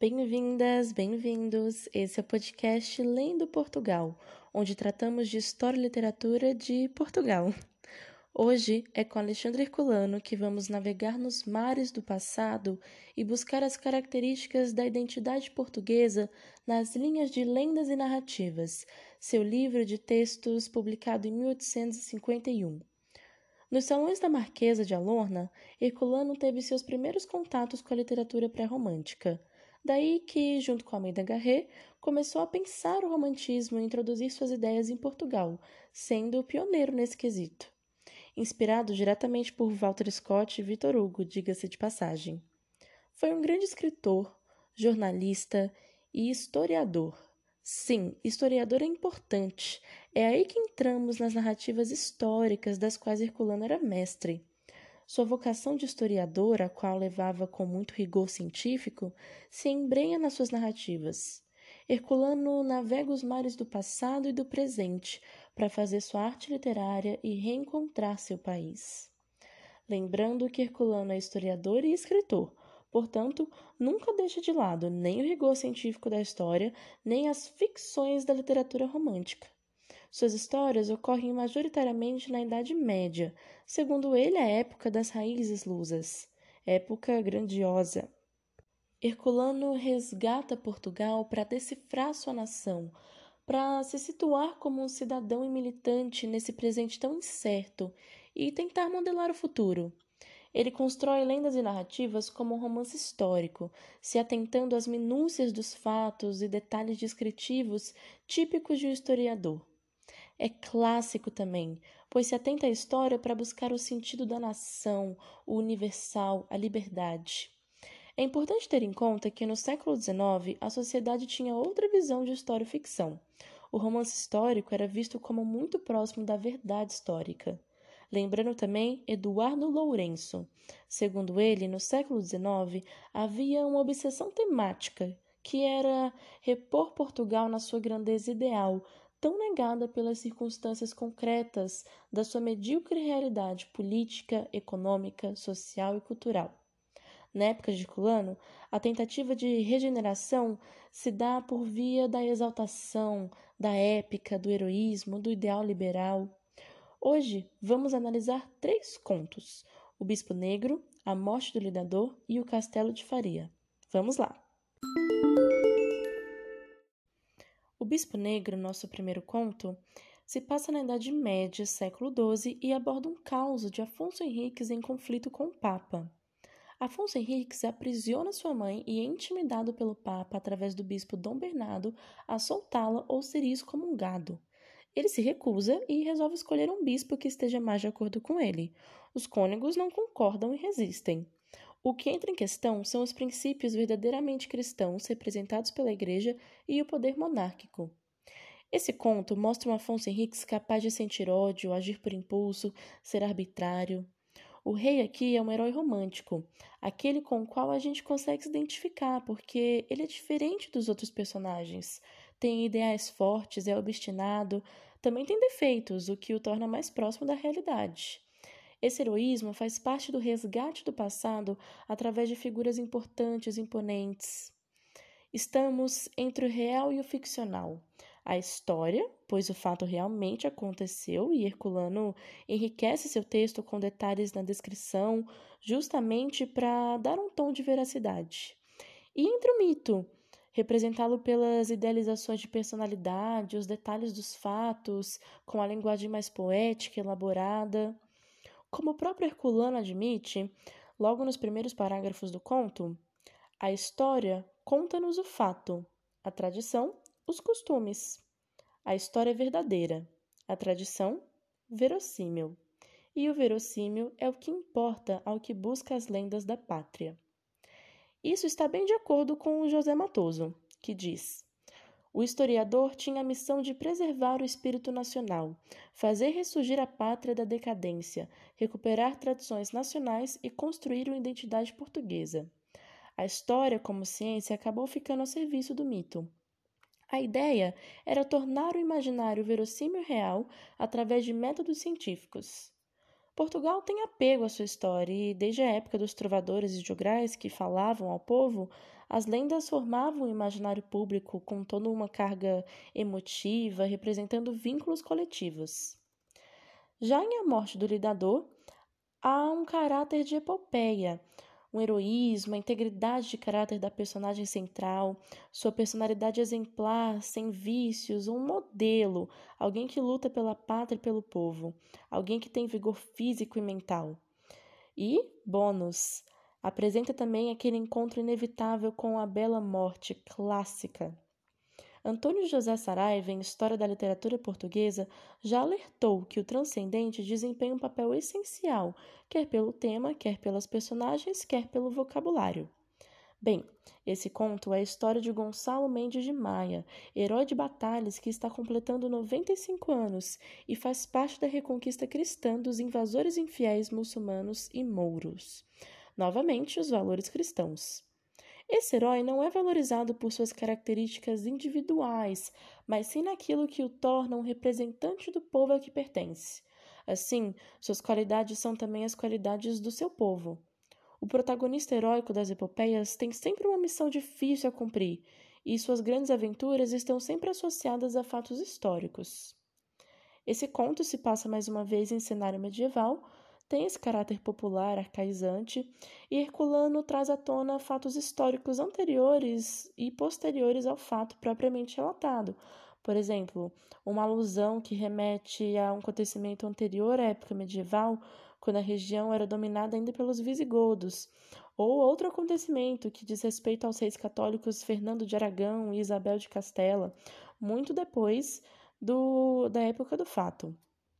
Bem-vindas, bem-vindos. Esse é o podcast Lendo Portugal, onde tratamos de história e literatura de Portugal. Hoje é com Alexandre Herculano que vamos navegar nos mares do passado e buscar as características da identidade portuguesa nas linhas de Lendas e Narrativas, seu livro de textos publicado em 1851. Nos salões da Marquesa de Alorna, Herculano teve seus primeiros contatos com a literatura pré-romântica. Daí que, junto com Almeida Garrett, começou a pensar o romantismo e introduzir suas ideias em Portugal, sendo pioneiro nesse quesito. Inspirado diretamente por Walter Scott e Victor Hugo, diga-se de passagem. Foi um grande escritor, jornalista e historiador. Sim, historiador é importante. É aí que entramos nas narrativas históricas das quais Herculano era mestre. Sua vocação de historiador, a qual levava com muito rigor científico, se embrenha nas suas narrativas. Herculano navega os mares do passado e do presente para fazer sua arte literária e reencontrar seu país. Lembrando que Herculano é historiador e escritor, portanto, nunca deixa de lado nem o rigor científico da história, nem as ficções da literatura romântica. Suas histórias ocorrem majoritariamente na Idade Média, segundo ele, a época das raízes lusas, época grandiosa. Herculano resgata Portugal para decifrar sua nação, para se situar como um cidadão e militante nesse presente tão incerto e tentar modelar o futuro. Ele constrói lendas e narrativas como um romance histórico, se atentando às minúcias dos fatos e detalhes descritivos típicos de um historiador. É clássico também, pois se atenta à história para buscar o sentido da nação, o universal, a liberdade. É importante ter em conta que no século XIX a sociedade tinha outra visão de história-ficção. O romance histórico era visto como muito próximo da verdade histórica. Lembrando também Eduardo Lourenço. Segundo ele, no século XIX havia uma obsessão temática, que era repor Portugal na sua grandeza ideal, tão negada pelas circunstâncias concretas da sua medíocre realidade política, econômica, social e cultural. Na época de Herculano, a tentativa de regeneração se dá por via da exaltação, da épica, do heroísmo, do ideal liberal. Hoje, vamos analisar 3 contos: O Bispo Negro, A Morte do Lidador e O Castelo de Faria. Vamos lá! O Bispo Negro, nosso primeiro conto, se passa na Idade Média, século XII, e aborda um caos de Afonso Henriques em conflito com o Papa. Afonso Henriques aprisiona sua mãe e é intimidado pelo Papa através do bispo Dom Bernardo a soltá-la ou ser excomungado. Ele se recusa e resolve escolher um bispo que esteja mais de acordo com ele. Os cônegos não concordam e resistem. O que entra em questão são os princípios verdadeiramente cristãos representados pela Igreja e o poder monárquico. Esse conto mostra um Afonso Henriques capaz de sentir ódio, agir por impulso, ser arbitrário. O rei aqui é um herói romântico, aquele com o qual a gente consegue se identificar, porque ele é diferente dos outros personagens. Tem ideais fortes, é obstinado, também tem defeitos, o que o torna mais próximo da realidade. Esse heroísmo faz parte do resgate do passado através de figuras importantes e imponentes. Estamos entre o real e o ficcional. A história, pois o fato realmente aconteceu e Herculano enriquece seu texto com detalhes na descrição, justamente para dar um tom de veracidade. E entre o mito, representá-lo pelas idealizações de personalidade, os detalhes dos fatos, com a linguagem mais poética e elaborada. Como o próprio Herculano admite, logo nos primeiros parágrafos do conto, a história conta-nos o fato, a tradição, os costumes. A história é verdadeira, a tradição, verossímil. E o verossímil é o que importa ao que busca as lendas da pátria. Isso está bem de acordo com José Matoso, que diz: o historiador tinha a missão de preservar o espírito nacional, fazer ressurgir a pátria da decadência, recuperar tradições nacionais e construir uma identidade portuguesa. A história, como ciência, acabou ficando ao serviço do mito. A ideia era tornar o imaginário verossímil real através de métodos científicos. Portugal tem apego à sua história e, desde a época dos trovadores e jograis que falavam ao povo, as lendas formavam o imaginário público com toda uma carga emotiva, representando vínculos coletivos. Já em A Morte do Lidador, há um caráter de epopeia, um heroísmo, a integridade de caráter da personagem central, sua personalidade exemplar, sem vícios, um modelo, alguém que luta pela pátria e pelo povo, alguém que tem vigor físico e mental. E, bônus, apresenta também aquele encontro inevitável com a bela morte clássica. Antônio José Saraiva, em História da Literatura Portuguesa, já alertou que o transcendente desempenha um papel essencial, quer pelo tema, quer pelas personagens, quer pelo vocabulário. Bem, esse conto é a história de Gonçalo Mendes de Maia, herói de batalhas que está completando 95 anos e faz parte da reconquista cristã dos invasores infiéis muçulmanos e mouros. Novamente, os valores cristãos. Esse herói não é valorizado por suas características individuais, mas sim naquilo que o torna um representante do povo a que pertence. Assim, suas qualidades são também as qualidades do seu povo. O protagonista heróico das epopeias tem sempre uma missão difícil a cumprir, e suas grandes aventuras estão sempre associadas a fatos históricos. Esse conto se passa mais uma vez em cenário medieval, tem esse caráter popular, arcaizante, e Herculano traz à tona fatos históricos anteriores e posteriores ao fato propriamente relatado. Por exemplo, uma alusão que remete a um acontecimento anterior à época medieval, quando a região era dominada ainda pelos visigodos, ou outro acontecimento que diz respeito aos reis católicos Fernando de Aragão e Isabel de Castela, muito depois da época do fato.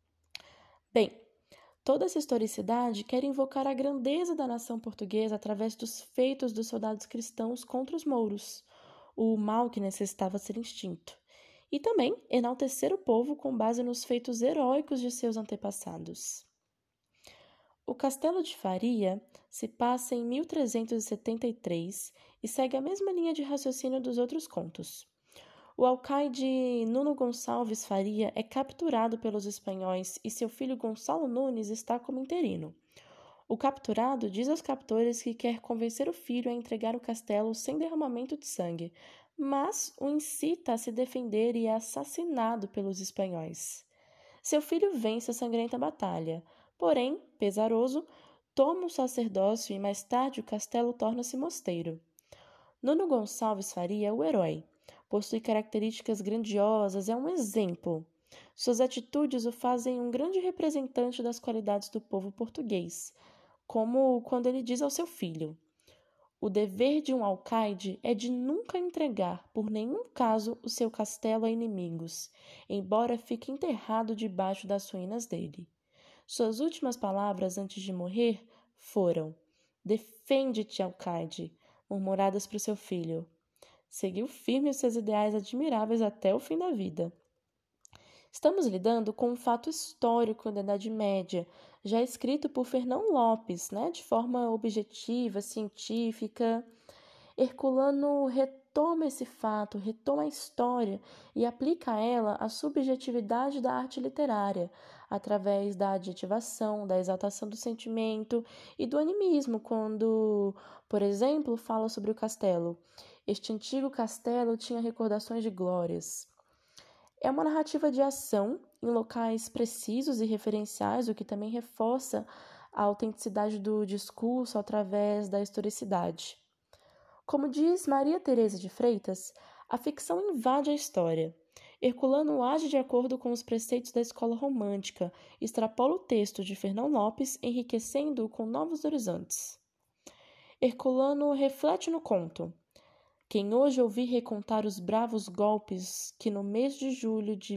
Bem, toda essa historicidade quer invocar a grandeza da nação portuguesa através dos feitos dos soldados cristãos contra os mouros, o mal que necessitava ser extinto, e também enaltecer o povo com base nos feitos heróicos de seus antepassados. O Castelo de Faria se passa em 1373 e segue a mesma linha de raciocínio dos outros contos. O alcaide Nuno Gonçalves Faria é capturado pelos espanhóis e seu filho Gonçalo Nunes está como interino. O capturado diz aos captores que quer convencer o filho a entregar o castelo sem derramamento de sangue, mas o incita a se defender e é assassinado pelos espanhóis. Seu filho vence a sangrenta batalha, porém, pesaroso, toma o sacerdócio e mais tarde o castelo torna-se mosteiro. Nuno Gonçalves Faria é o herói. Possui características grandiosas, é um exemplo. Suas atitudes o fazem um grande representante das qualidades do povo português, como quando ele diz ao seu filho: o dever de um alcaide é de nunca entregar, por nenhum caso, o seu castelo a inimigos, embora fique enterrado debaixo das ruínas dele. Suas últimas palavras antes de morrer foram: defende-te, alcaide, murmuradas para o seu filho. Seguiu firme os seus ideais admiráveis até o fim da vida. Estamos lidando com um fato histórico da Idade Média, já escrito por Fernão Lopes, de forma objetiva, científica. Herculano retoma esse fato, retoma a história e aplica a ela a subjetividade da arte literária, através da adjetivação, da exaltação do sentimento e do animismo, quando, por exemplo, fala sobre o castelo. Este antigo castelo tinha recordações de glórias. É uma narrativa de ação em locais precisos e referenciais, o que também reforça a autenticidade do discurso através da historicidade. Como diz Maria Teresa de Freitas, a ficção invade a história. Herculano age de acordo com os preceitos da escola romântica, extrapola o texto de Fernão Lopes, enriquecendo-o com novos horizontes. Herculano reflete no conto. Quem hoje ouvir recontar os bravos golpes que no mês de julho de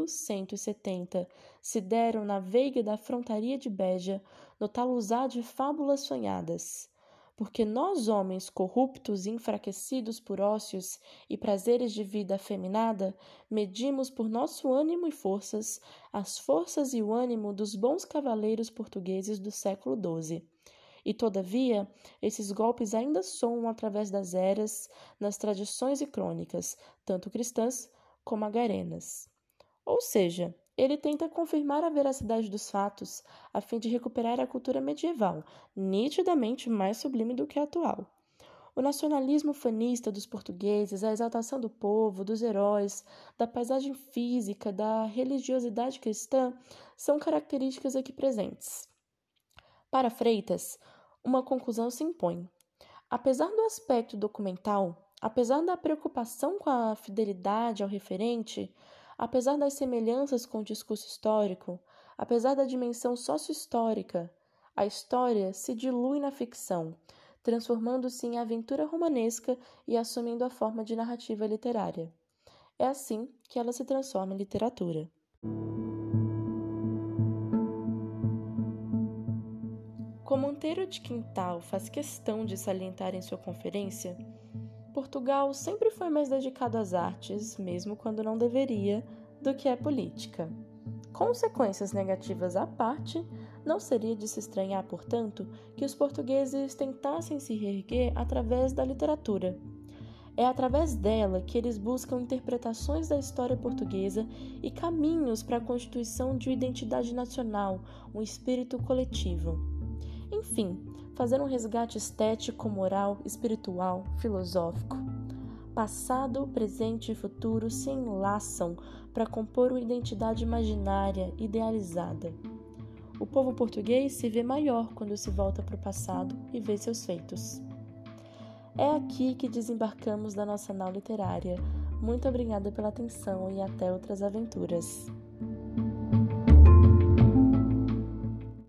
1170 se deram na veiga da frontaria de Beja, notá-los-á de fábulas sonhadas. Porque nós, homens corruptos e enfraquecidos por ócios e prazeres de vida afeminada, medimos por nosso ânimo e forças as forças e o ânimo dos bons cavaleiros portugueses do século XII. E, todavia, esses golpes ainda soam através das eras, nas tradições e crônicas, tanto cristãs como agarenas. Ou seja, Ele tenta confirmar a veracidade dos fatos, a fim de recuperar a cultura medieval, nitidamente mais sublime do que a atual. O nacionalismo fanista dos portugueses, a exaltação do povo, dos heróis, da paisagem física, da religiosidade cristã, são características aqui presentes. Para Freitas, uma conclusão se impõe. Apesar do aspecto documental, apesar da preocupação com a fidelidade ao referente, apesar das semelhanças com o discurso histórico, apesar da dimensão sócio-histórica, a história se dilui na ficção, transformando-se em aventura romanesca e assumindo a forma de narrativa literária. É assim que ela se transforma em literatura. Como Monteiro de Quintal faz questão de salientar em sua conferência, Portugal sempre foi mais dedicado às artes, mesmo quando não deveria, do que à política. Consequências negativas à parte, não seria de se estranhar, portanto, que os portugueses tentassem se reerguer através da literatura. É através dela que eles buscam interpretações da história portuguesa e caminhos para a constituição de uma identidade nacional, um espírito coletivo. Enfim, fazer um resgate estético, moral, espiritual, filosófico. Passado, presente e futuro se enlaçam para compor uma identidade imaginária, idealizada. O povo português se vê maior quando se volta para o passado e vê seus feitos. É aqui que desembarcamos da nossa nau literária. Muito obrigada pela atenção e até outras aventuras.